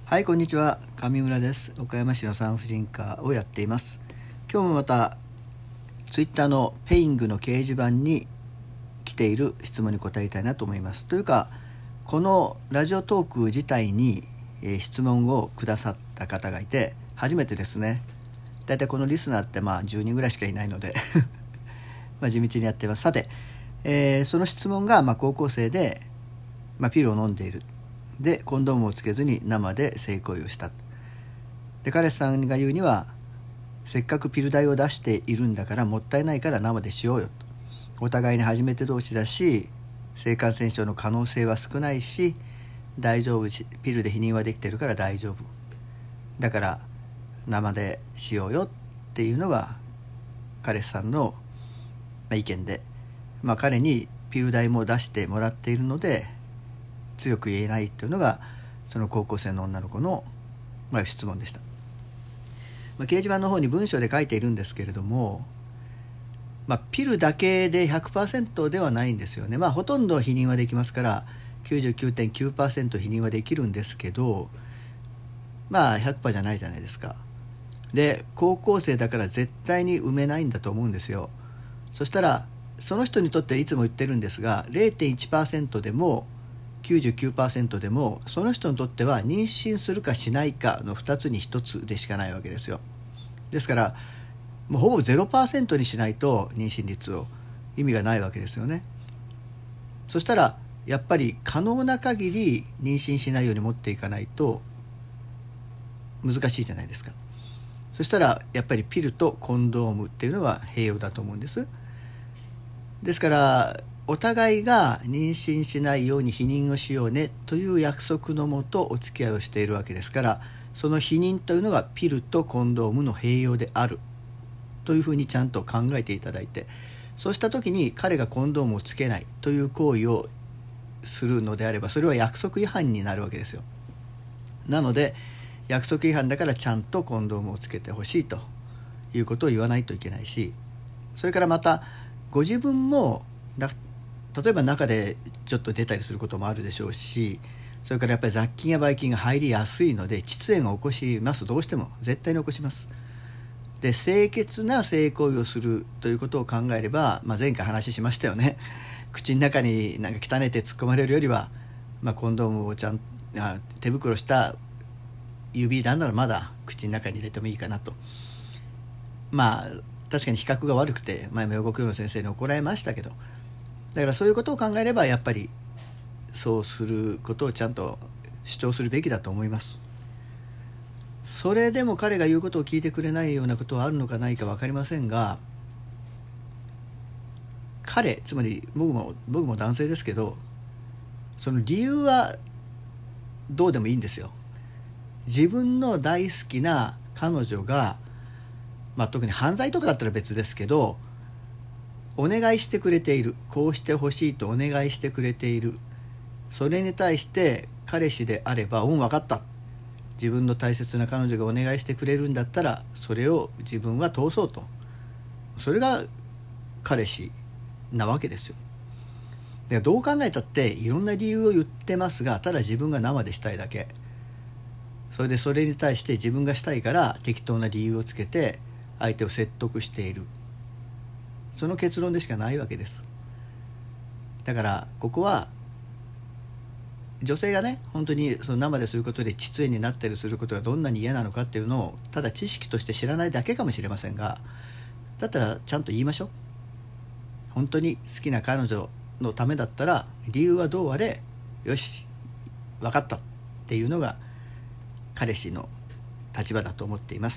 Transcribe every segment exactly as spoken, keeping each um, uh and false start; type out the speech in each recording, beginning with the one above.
はい、こんにちは。上村です。岡山市の産婦人科をやっています。今日もまたツイッターのペイングの掲示板に来ている質問に答えたいなと思います。というか、このラジオトーク自体に、えー、質問をくださった方がいて初めてですね。だいたいこのリスナーってまあじゅうにんぐらいしかいないのでまあ地道にやってます。さて、えー、その質問がまあ高校生で、まあ、ピルを飲んでいる。でコンドームをつけずに生で性行為をした。で彼氏さんが言うには、せっかくピル代を出しているんだからもったいないから生でしようよと。お互いに初めて同士だし、性感染症の可能性は少ないし大丈夫し、ピルで避妊はできてるから大丈夫だから生でしようよっていうのが彼氏さんの意見で、まあ、彼にピル代も出してもらっているので強く言えないというのがその高校生の女の子の、まあ、質問でした。まあ、掲示板の方に文章で書いているんですけれども、まあ、ピルだけで ひゃくパーセント ではないんですよね。まあほとんど避妊はできますから きゅうじゅうきゅうてんきゅうパーセント 避妊はできるんですけど、まあ ひゃくパーセント じゃないじゃないですか。で高校生だから絶対に産めないんだと思うんですよ。そしたらその人にとっていつも言ってるんですが れいてんいちパーセント でもきゅうじゅうきゅうパーセント でもその人にとっては妊娠するかしないかのふたつにひとつでしかないわけですよ。ですからもうほぼ ゼロパーセント にしないと妊娠率を意味がないわけですよね。そしたらやっぱり可能な限り妊娠しないように持っていかないと難しいじゃないですか。そしたらやっぱりピルとコンドームっていうのは併用だと思うんです。ですからお互いが妊娠しないように避妊をしようねという約束のもとお付き合いをしているわけですから、その避妊というのがピルとコンドームの併用であるというふうにちゃんと考えていただいて、そうした時に彼がコンドームをつけないという行為をするのであればそれは約束違反になるわけですよ。なので約束違反だからちゃんとコンドームをつけてほしいということを言わないといけないし、それからまたご自分もだ例えば中でちょっと出たりすることもあるでしょうし、それからやっぱり雑菌やばい菌が入りやすいので膣炎を起こします。どうしても絶対に起こします。で清潔な性行為をするということを考えれば、まあ、前回話しましたよね。口の中になんか汚い手突っ込まれるよりは、まあ、コンドームをちゃんあ手袋した指なんならまだ口の中に入れてもいいかなと。まあ確かに比較が悪くて前も予告用の先生に怒られましたけど、だからそういうことを考えればやっぱりそうすることをちゃんと主張するべきだと思います。それでも彼が言うことを聞いてくれないようなことはあるのかないか分かりませんが、彼つまり僕も僕も男性ですけど、その理由はどうでもいいんですよ。自分の大好きな彼女が、まあ、特に犯罪とかだったら別ですけどお願いしてくれている、こうしてほしいとお願いしてくれている、それに対して彼氏であれば、うん分かった、自分の大切な彼女がお願いしてくれるんだったらそれを自分は通そうと、それが彼氏なわけですよ。でどう考えたっていろんな理由を言ってますが、ただ自分が生でしたいだけ、それでそれに対して自分がしたいから適当な理由をつけて相手を説得している、その結論でしかないわけです。だからここは女性がね本当にその生ですることで膣炎になったりすることがどんなに嫌なのかっていうのをただ知識として知らないだけかもしれませんが、だったらちゃんと言いましょう。本当に好きな彼女のためだったら理由はどうあれよし分かったっていうのが彼氏の立場だと思っています。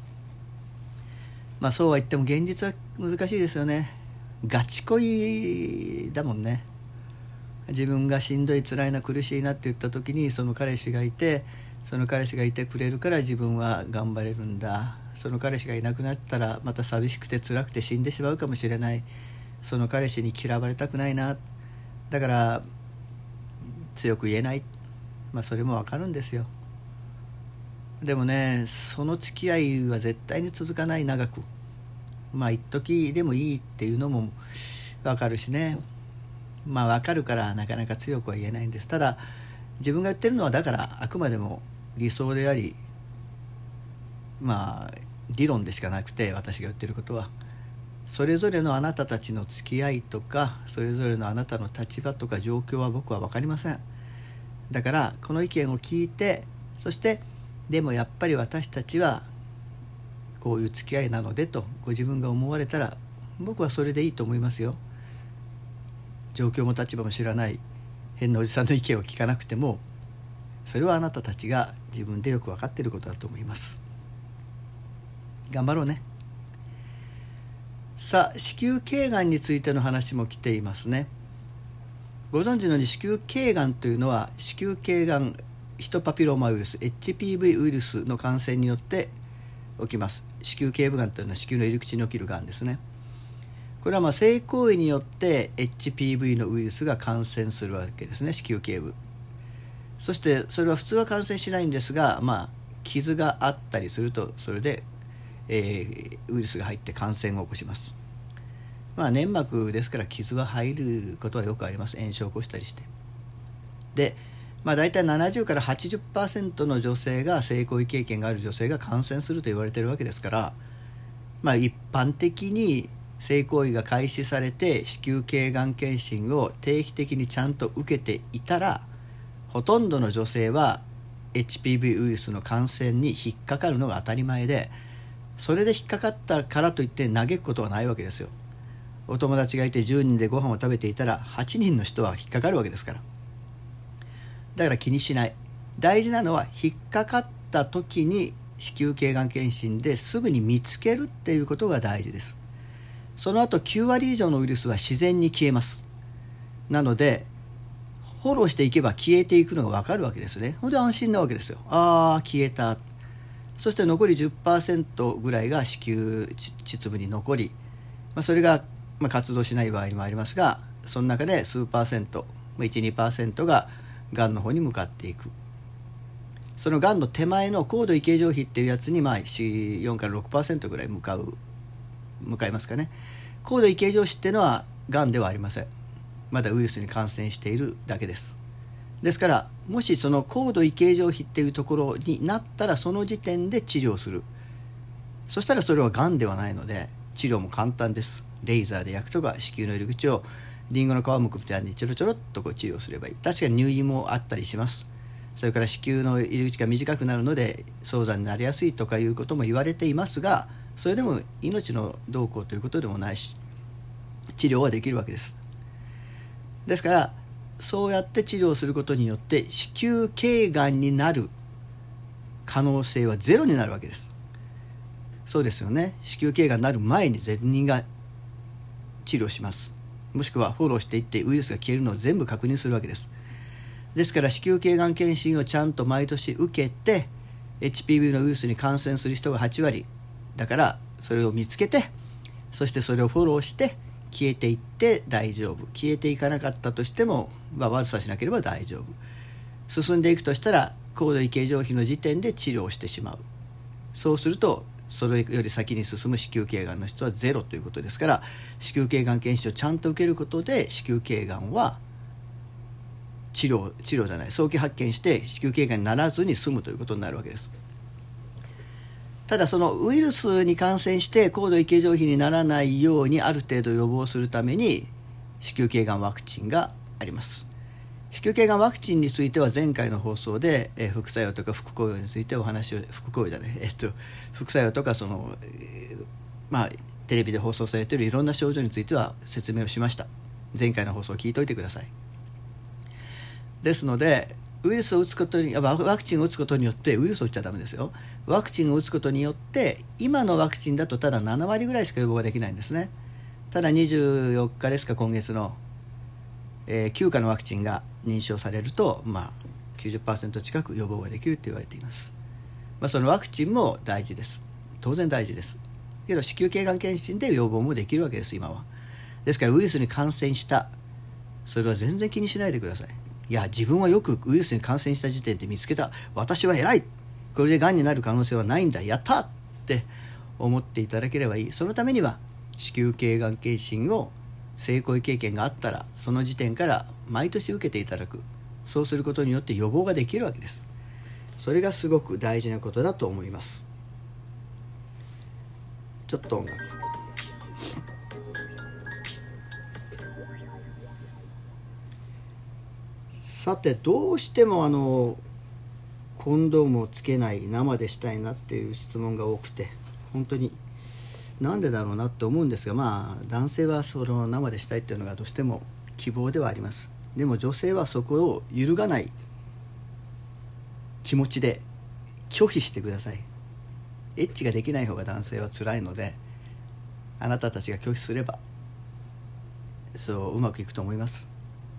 まあそうは言っても現実は難しいですよね。ガチ恋だもんね。自分がしんどい辛いな苦しいなって言った時にその彼氏がいて、その彼氏がいてくれるから自分は頑張れるんだ。その彼氏がいなくなったらまた寂しくて辛くて死んでしまうかもしれない。その彼氏に嫌われたくないな、だから強く言えない、まあそれもわかるんですよ。でもねその付き合いは絶対に続かない、長く。まあ一時でもいいっていうのもわかるしね。まあわかるからなかなか強くは言えないんです。ただ自分が言ってるのはだからあくまでも理想であり、まあ理論でしかなくて、私が言ってることはそれぞれのあなたたちの付き合いとか、それぞれのあなたの立場とか状況は僕は分かりません。だからこの意見を聞いて、そしてでもやっぱり私たちはこういう付き合いなのでとご自分が思われたら、僕はそれでいいと思いますよ。状況も立場も知らない変なおじさんの意見を聞かなくても、それはあなたたちが自分でよく分かっていることだと思います。頑張ろうね。さあ、子宮頸がんについての話も来ていますね。ご存知のように子宮頸がんというのは子宮頸がんヒトパピローマウイルス エイチピーブイ ウイルスの感染によって起きます。子宮頸部がんというのは子宮の入り口に起きるがんですね。これはまあ性行為によって エイチピーブイ のウイルスが感染するわけですね、子宮頸部。そしてそれは普通は感染しないんですが、まあ傷があったりするとそれで、えー、ウイルスが入って感染を起こします。まあ粘膜ですから傷は入ることはよくあります。炎症を起こしたりして。で、まあ大体ななじゅうから はちじゅっパーセント の女性が、性行為経験がある女性が感染すると言われているわけですから、まあ一般的に性行為が開始されて子宮頸がん検診を定期的にちゃんと受けていたら、ほとんどの女性は エイチピーブイ ウイルスの感染に引っかかるのが当たり前で、それで引っかかったからといって嘆くことはないわけですよ。お友達がいてじゅうにんでご飯を食べていたらはちにんの人は引っかかるわけですから。だから気にしない。大事なのは引っかかった時に子宮頸がん検診ですぐに見つけるっていうことが大事です。その後きゅうわり以上のウイルスは自然に消えます。なのでフォローしていけば消えていくのが分かるわけですね。ほんで安心なわけですよ。ああ消えた。そして残り じゅっパーセント ぐらいが子宮膣部に残り、まあ、それがまあ活動しない場合もありますが、その中で数パーセント、いち、にパーセント ががんの方に向かっていく。そのがんの手前の高度異形状皮っていうやつに、まあ、よんから ろくパーセント ぐらい向かう向かいますかね。高度異形状皮っていうのはがんではありません。まだウイルスに感染しているだけです。ですからもしその高度異形状皮っていうところになったら、その時点で治療する。そしたらそれはがんではないので治療も簡単です。レーザーで焼くとか、子宮の入り口をリンゴの皮をむくみたいにちょろちょろっとこう治療すればいい。確かに入院もあったりします。それから子宮の入り口が短くなるので早産になりやすいとかいうことも言われていますが、それでも命のどうこうということでもないし、治療はできるわけです。ですからそうやって治療することによって子宮頸がんになる可能性はゼロになるわけです。そうですよね。子宮頸がんになる前に前人が治療します。もしくはフォローしていってウイルスが消えるのを全部確認するわけです。ですから子宮頸がん検診をちゃんと毎年受けて、 エイチピーブイ のウイルスに感染する人がはちわりだから、それを見つけて、そしてそれをフォローして消えていって大丈夫。消えていかなかったとしても、まあ、悪さしなければ大丈夫。進んでいくとしたら高度異形状皮の時点で治療してしまう。そうするとそれより先に進む子宮頸がんの人はゼロということですから、子宮頸がん検診をちゃんと受けることで子宮頸がんは治療治療じゃない早期発見して子宮頸がんにならずに済むということになるわけです。ただそのウイルスに感染して高度異形状皮にならないようにある程度予防するために子宮頸がんワクチンがあります。子宮頸がんワクチンについては前回の放送で、えー、副作用とか副効用についてお話を副効用じゃない、えー、っと副作用とかその、えー、まあテレビで放送されているいろんな症状については説明をしました。前回の放送を聞いておいてください。ですのでウイルスを打つことにワクチンを打つことによってウイルスを打っちゃダメですよ。ワクチンを打つことによって今のワクチンだとただななわりぐらいしか予防ができないんですね。ただにじゅうよっかですか、今月の、えー、きゅうかのワクチンが認証されると、まあ、きゅうじゅっパーセント 近く予防ができると言われています。まあ、そのワクチンも大事です。当然大事ですけど子宮頸がん検診で予防もできるわけです今は。ですからウイルスに感染したそれは全然気にしないでください。いや自分はよくウイルスに感染した時点で見つけた、私は偉い、これでがんになる可能性はないんだ、やったって思っていただければいい。そのためには子宮頸がん検診を性行為経験があったらその時点から毎年受けていただく。そうすることによって予防ができるわけです。 それがすごく大事なことだと思います。ちょっと音楽。さて、どうしてもあのコンドームをつけない生でしたいなっていう質問が多くて、本当になんでだろうなって思うんですが、まあ男性はその生でしたいっていうのがどうしても希望ではあります。でも女性はそこを揺るがない気持ちで拒否してください。エッチができない方が男性は辛いので、あなたたちが拒否すればそううまくいくと思います。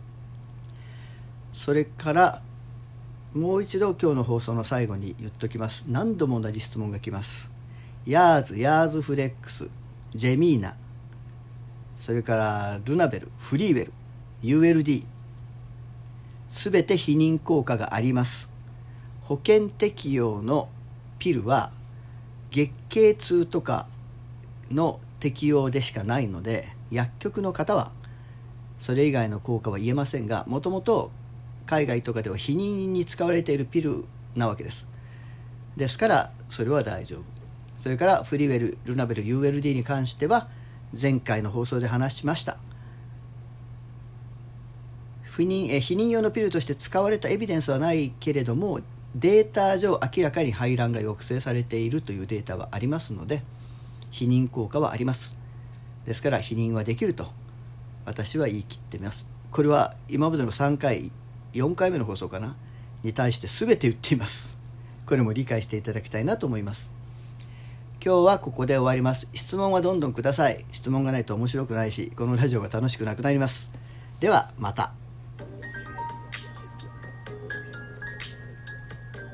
それからもう一度今日の放送の最後に言っときます。何度も同じ質問が来ます。ヤーズ、ヤーズフレックス、ジェミーナ、それからルナベル、フリーウェル、ユーエルディー、すべて避妊効果があります。保険適用のピルは月経痛とかの適用でしかないので、薬局の方はそれ以外の効果は言えませんが、もともと海外とかでは避妊に使われているピルなわけです。ですからそれは大丈夫。それからフリーウェル、ルナベル、ユーエルディー に関しては前回の放送で話しました。不妊え避妊用のピルとして使われたエビデンスはないけれども、データ上明らかに排卵が抑制されているというデータはありますので、避妊効果はあります。ですから避妊はできると私は言い切っています。これは今までのさんかいよんかいめの放送かなに対して全て言っています。これも理解していただきたいなと思います。今日はここで終わります。質問はどんどんください。質問がないと面白くないし、このラジオが楽しくなくなります。ではまた。